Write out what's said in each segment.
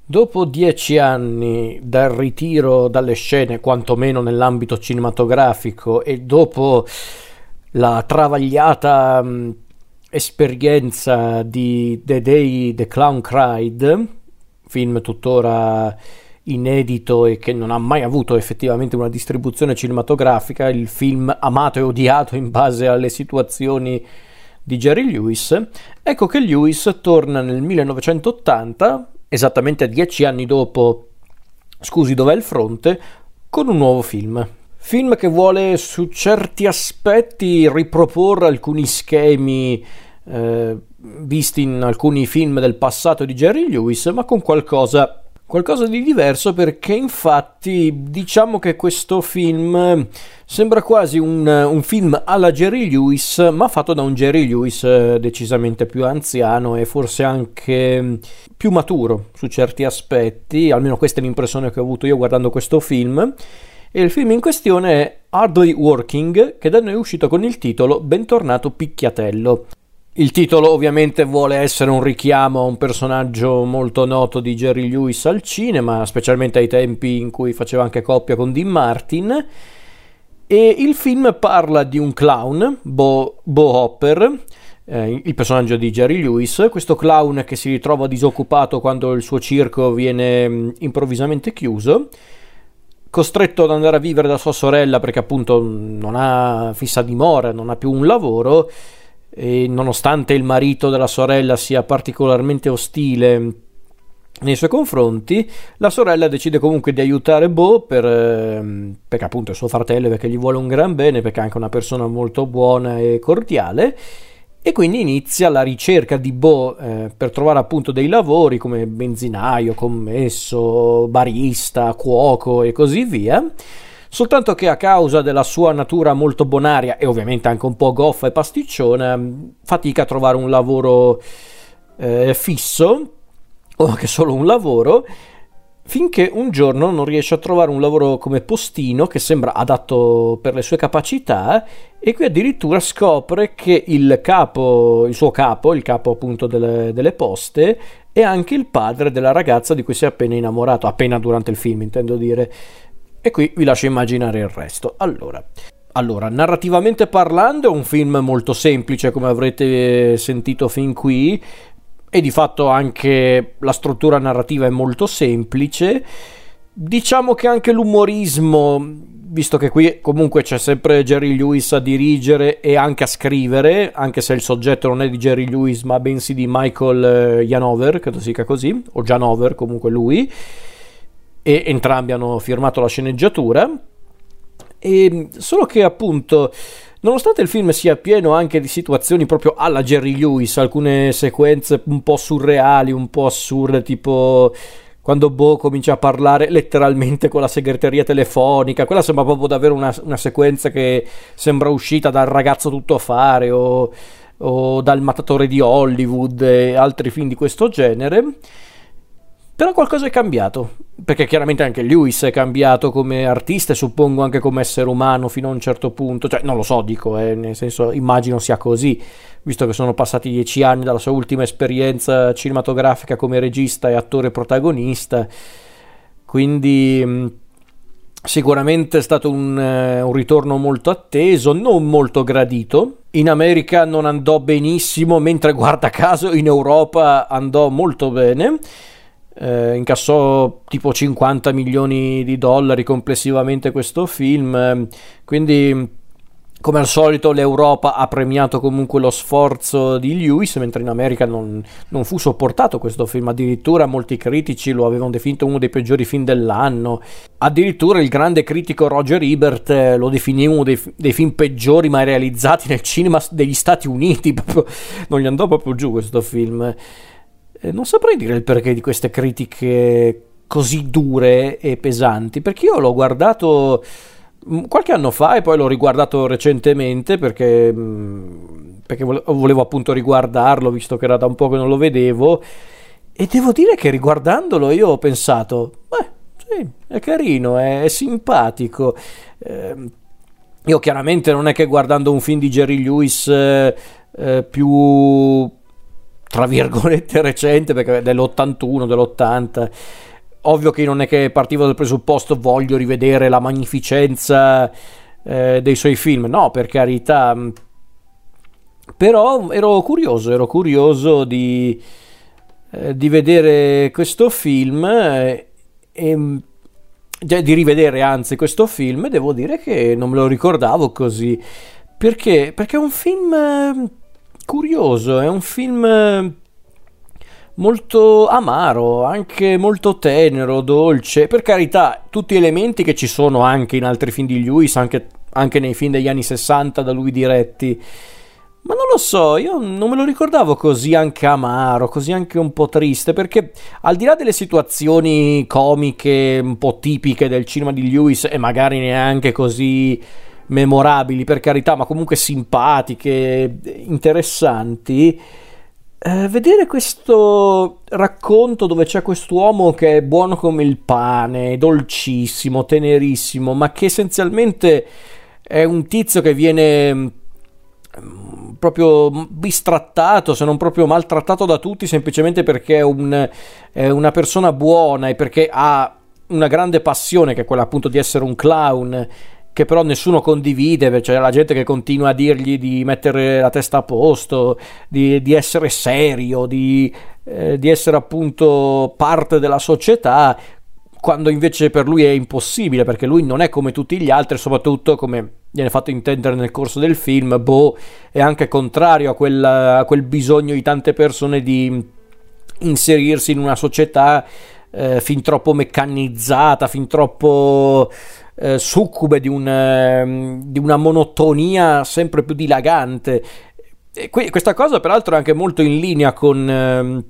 Dopo 10 anni dal ritiro dalle scene, quantomeno nell'ambito cinematografico, e dopo la travagliata esperienza di The Day the Clown Cried, film tuttora inedito e che non ha mai avuto effettivamente una distribuzione cinematografica, il film amato e odiato in base alle situazioni di Jerry Lewis, ecco che Lewis torna nel 1980, esattamente 10 anni dopo Scusi dov'è il fronte, con un nuovo film. Film che vuole su certi aspetti riproporre alcuni schemi visti in alcuni film del passato di Jerry Lewis, ma con qualcosa di diverso, perché infatti diciamo che questo film sembra quasi un film alla Jerry Lewis, ma fatto da un Jerry Lewis decisamente più anziano e forse anche più maturo su certi aspetti, almeno questa è l'impressione che ho avuto io guardando questo film. E il film in questione è Hardly Working, che da noi è uscito con il titolo Bentornato Picchiatello. Il titolo ovviamente vuole essere un richiamo a un personaggio molto noto di Jerry Lewis al cinema, specialmente ai tempi in cui faceva anche coppia con Dean Martin, e il film parla di un clown, Bo Hopper, il personaggio di Jerry Lewis, questo clown che si ritrova disoccupato quando il suo circo viene improvvisamente chiuso, costretto ad andare a vivere da sua sorella perché appunto non ha fissa dimora, non ha più un lavoro, e nonostante il marito della sorella sia particolarmente ostile nei suoi confronti, la sorella decide comunque di aiutare Bo perché appunto è suo fratello, perché gli vuole un gran bene, perché è anche una persona molto buona e cordiale, e quindi inizia la ricerca di Bo per trovare appunto dei lavori come benzinaio, commesso, barista, cuoco e così via. Soltanto che a causa della sua natura molto bonaria e ovviamente anche un po' goffa e pasticciona, fatica a trovare un lavoro fisso o anche solo un lavoro, finché un giorno non riesce a trovare un lavoro come postino che sembra adatto per le sue capacità, e qui addirittura scopre che il suo capo, il capo appunto delle poste, è anche il padre della ragazza di cui si è appena innamorato, appena durante il film intendo dire. E qui vi lascio immaginare il resto. Allora, narrativamente parlando è un film molto semplice, come avrete sentito fin qui, e di fatto anche la struttura narrativa è molto semplice. Diciamo che anche l'umorismo, visto che qui comunque c'è sempre Jerry Lewis a dirigere e anche a scrivere, anche se il soggetto non è di Jerry Lewis ma bensì di Michael Janover, credo si dica così, o Janover, comunque lui, e entrambi hanno firmato la sceneggiatura. E solo che appunto, nonostante il film sia pieno anche di situazioni proprio alla Jerry Lewis, alcune sequenze un po' surreali, un po' assurde, tipo quando Bo comincia a parlare letteralmente con la segreteria telefonica, quella sembra proprio davvero una sequenza che sembra uscita dal Ragazzo Tuttofare o dal Mattatore di Hollywood e altri film di questo genere. Però qualcosa è cambiato, perché chiaramente anche Lewis è cambiato come artista e suppongo anche come essere umano fino a un certo punto, cioè non lo so, dico, nel senso immagino sia così, visto che sono passati 10 anni dalla sua ultima esperienza cinematografica come regista e attore protagonista, quindi sicuramente è stato un ritorno molto atteso, non molto gradito. In America non andò benissimo, mentre guarda caso in Europa andò molto bene. Incassò tipo 50 milioni di dollari complessivamente questo film, quindi come al solito l'Europa ha premiato comunque lo sforzo di Lewis, mentre in America non fu sopportato questo film. Addirittura molti critici lo avevano definito uno dei peggiori film dell'anno, addirittura il grande critico Roger Ebert lo definì uno dei film peggiori mai realizzati nel cinema degli Stati Uniti. Proprio, non gli andò proprio giù questo film. Non saprei dire il perché di queste critiche così dure e pesanti, perché io l'ho guardato qualche anno fa e poi l'ho riguardato recentemente perché volevo appunto riguardarlo, visto che era da un po' che non lo vedevo, e devo dire che riguardandolo io ho pensato, sì, è carino, è simpatico. Io chiaramente non è che guardando un film di Jerry Lewis più tra virgolette recente, perché è dell'81, dell'80. Ovvio che non è che partivo dal presupposto voglio rivedere la magnificenza dei suoi film, no, per carità, però ero curioso di vedere questo film e di rivedere anzi questo film, e devo dire che non me lo ricordavo così, perché è un film curioso, è un film molto amaro, anche molto tenero, dolce, per carità, tutti elementi che ci sono anche in altri film di Lewis, anche nei film degli anni 60 da lui diretti, ma non lo so, io non me lo ricordavo così anche amaro, così anche un po' triste, perché al di là delle situazioni comiche un po' tipiche del cinema di Lewis e magari neanche così memorabili, per carità, ma comunque simpatiche, interessanti, vedere questo racconto dove c'è quest'uomo che è buono come il pane, dolcissimo, tenerissimo, ma che essenzialmente è un tizio che viene proprio bistrattato, se non proprio maltrattato da tutti, semplicemente perché è una persona buona e perché ha una grande passione, che è quella appunto di essere un clown, che però nessuno condivide, cioè la gente che continua a dirgli di mettere la testa a posto, di essere serio, di essere appunto parte della società, quando invece per lui è impossibile, perché lui non è come tutti gli altri, soprattutto come viene fatto intendere nel corso del film, è anche contrario a quel bisogno di tante persone di inserirsi in una società fin troppo meccanizzata, fin troppo succube di una monotonia sempre più dilagante. E questa cosa peraltro è anche molto in linea con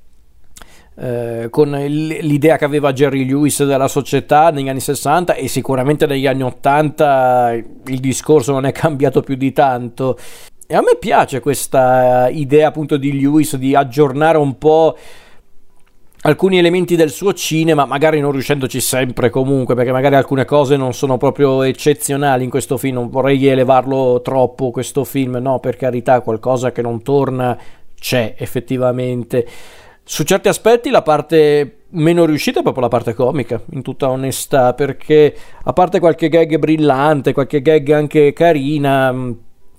l'idea che aveva Jerry Lewis della società negli anni 60, e sicuramente negli anni 80 il discorso non è cambiato più di tanto. E a me piace questa idea appunto di Lewis di aggiornare un po' alcuni elementi del suo cinema, magari non riuscendoci sempre comunque, perché magari alcune cose non sono proprio eccezionali in questo film, non vorrei elevarlo troppo questo film, no, per carità, qualcosa che non torna c'è effettivamente. Su certi aspetti la parte meno riuscita è proprio la parte comica, in tutta onestà, perché a parte qualche gag brillante, qualche gag anche carina,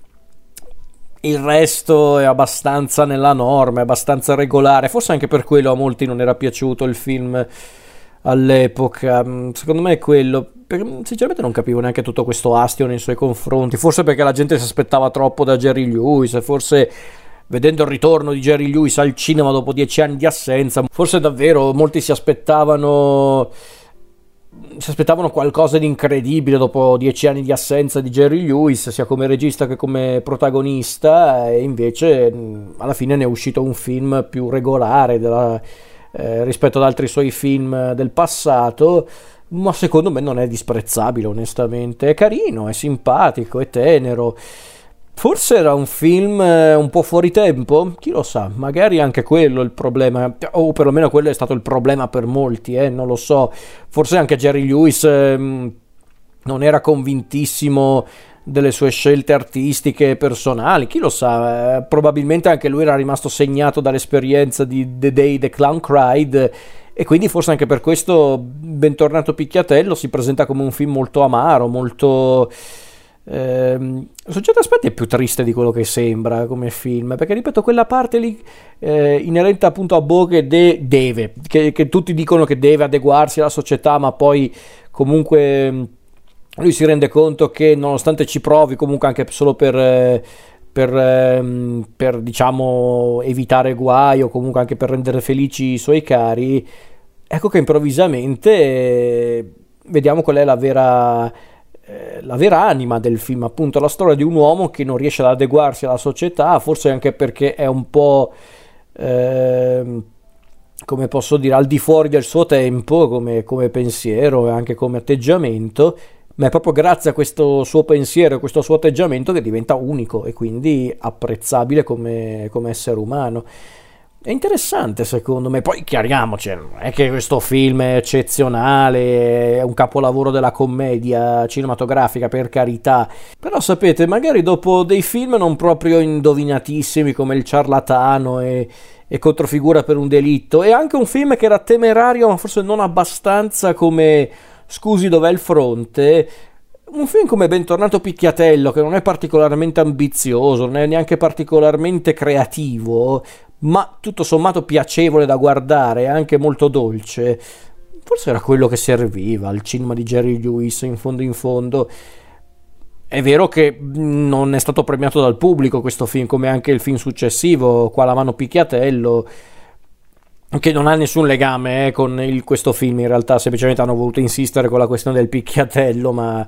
il resto è abbastanza nella norma, è abbastanza regolare. Forse anche per quello a molti non era piaciuto il film all'epoca. Secondo me è quello, perché sinceramente non capivo neanche tutto questo astio nei suoi confronti. Forse perché la gente si aspettava troppo da Jerry Lewis, forse vedendo il ritorno di Jerry Lewis al cinema dopo 10 anni di assenza, forse davvero molti si aspettavano qualcosa di incredibile dopo 10 anni di assenza di Jerry Lewis, sia come regista che come protagonista, e invece alla fine ne è uscito un film più regolare rispetto ad altri suoi film del passato, ma secondo me non è disprezzabile, onestamente. È carino, è simpatico, è tenero. Forse era un film un po' fuori tempo, chi lo sa, magari anche quello è il problema, o perlomeno quello è stato il problema per molti, non lo so. Forse anche Jerry Lewis non era convintissimo delle sue scelte artistiche e personali, chi lo sa, probabilmente anche lui era rimasto segnato dall'esperienza di The Day the Clown Cried, e quindi forse anche per questo Bentornato Picchiatello si presenta come un film molto amaro, molto... su certi aspetti è più triste di quello che sembra come film, perché ripeto, quella parte lì inerente appunto a Bo che deve, che tutti dicono che deve adeguarsi alla società, ma poi comunque lui si rende conto che nonostante ci provi, comunque anche solo per diciamo evitare guai, o comunque anche per rendere felici i suoi cari, ecco che improvvisamente vediamo qual è la vera anima del film, appunto la storia di un uomo che non riesce ad adeguarsi alla società, forse anche perché è un po' come posso dire, al di fuori del suo tempo come pensiero e anche come atteggiamento, ma è proprio grazie a questo suo pensiero e questo suo atteggiamento che diventa unico e quindi apprezzabile come essere umano. È interessante secondo me. Poi chiariamoci, non è che questo film è eccezionale, è un capolavoro della commedia cinematografica, per carità, però sapete, magari dopo dei film non proprio indovinatissimi come Il ciarlatano e e controfigura per un delitto, e anche un film che era temerario ma forse non abbastanza, come Scusi dov'è il fronte. Un film come Bentornato Picchiatello, che non è particolarmente ambizioso, non è neanche particolarmente creativo, ma tutto sommato piacevole da guardare, anche molto dolce, forse era quello che serviva al cinema di Jerry Lewis, in fondo in fondo. È vero che non è stato premiato dal pubblico questo film, come anche il film successivo, Qua la mano picchiatello, che non ha nessun legame questo film, in realtà semplicemente hanno voluto insistere con la questione del picchiatello, ma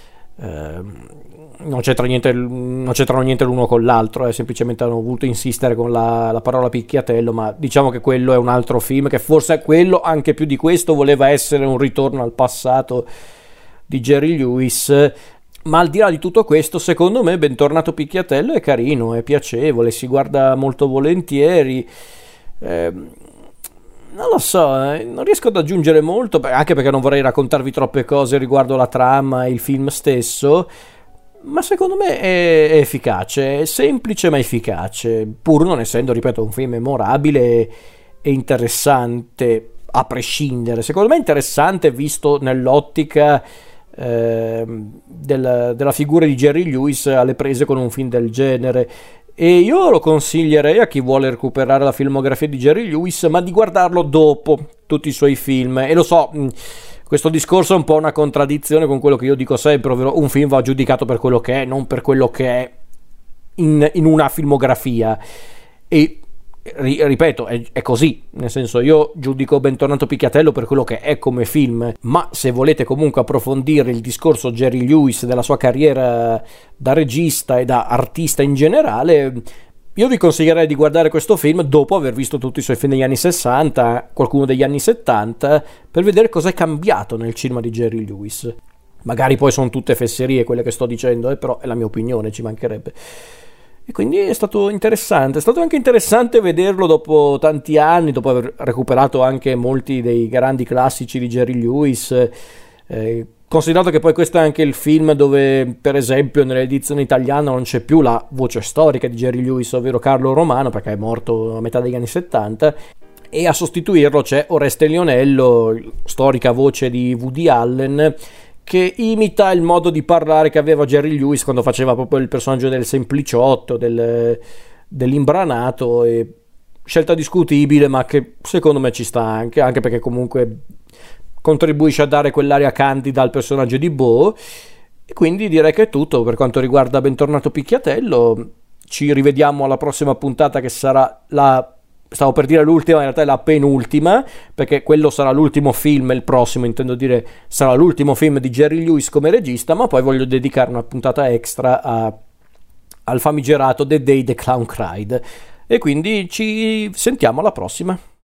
non c'entrano niente l'uno con l'altro, semplicemente hanno voluto insistere con la parola picchiatello, ma diciamo che quello è un altro film, che forse quello, anche più di questo, voleva essere un ritorno al passato di Jerry Lewis. Ma al di là di tutto questo, secondo me Bentornato Picchiatello è carino, è piacevole, si guarda molto volentieri. Non lo so, non riesco ad aggiungere molto, anche perché non vorrei raccontarvi troppe cose riguardo la trama e il film stesso, ma secondo me è efficace, è semplice ma efficace, pur non essendo, ripeto, un film memorabile e interessante a prescindere. Secondo me è interessante visto nell'ottica della figura di Jerry Lewis alle prese con un film del genere. E io lo consiglierei a chi vuole recuperare la filmografia di Jerry Lewis, ma di guardarlo dopo tutti i suoi film. E lo so, questo discorso è un po' una contraddizione con quello che io dico sempre, ovvero un film va giudicato per quello che è, non per quello che è in una filmografia. E ripeto, è così, nel senso, io giudico Bentornato Picchiatello per quello che è come film, ma se volete comunque approfondire il discorso Jerry Lewis, della sua carriera da regista e da artista in generale, io vi consiglierei di guardare questo film dopo aver visto tutti i suoi film degli anni 60, qualcuno degli anni 70, per vedere cosa è cambiato nel cinema di Jerry Lewis. Magari poi sono tutte fesserie quelle che sto dicendo, però è la mia opinione, ci mancherebbe. E quindi è stato interessante, è stato anche interessante vederlo dopo tanti anni, dopo aver recuperato anche molti dei grandi classici di Jerry Lewis, considerato che poi questo è anche il film dove, per esempio, nell'edizione italiana non c'è più la voce storica di Jerry Lewis, ovvero Carlo Romano, perché è morto a metà degli anni 70, e a sostituirlo c'è Oreste Lionello, storica voce di Woody Allen, che imita il modo di parlare che aveva Jerry Lewis quando faceva proprio il personaggio del sempliciotto, dell'imbranato. E scelta discutibile, ma che secondo me ci sta anche perché comunque contribuisce a dare quell'aria candida al personaggio di Bo. E quindi direi che è tutto per quanto riguarda Bentornato Picchiatello. Ci rivediamo alla prossima puntata, che sarà stavo per dire l'ultima, in realtà è la penultima, perché quello sarà l'ultimo film, il prossimo intendo dire sarà l'ultimo film di Jerry Lewis come regista, ma poi voglio dedicare una puntata extra al famigerato The Day the Clown Cried. E quindi ci sentiamo alla prossima.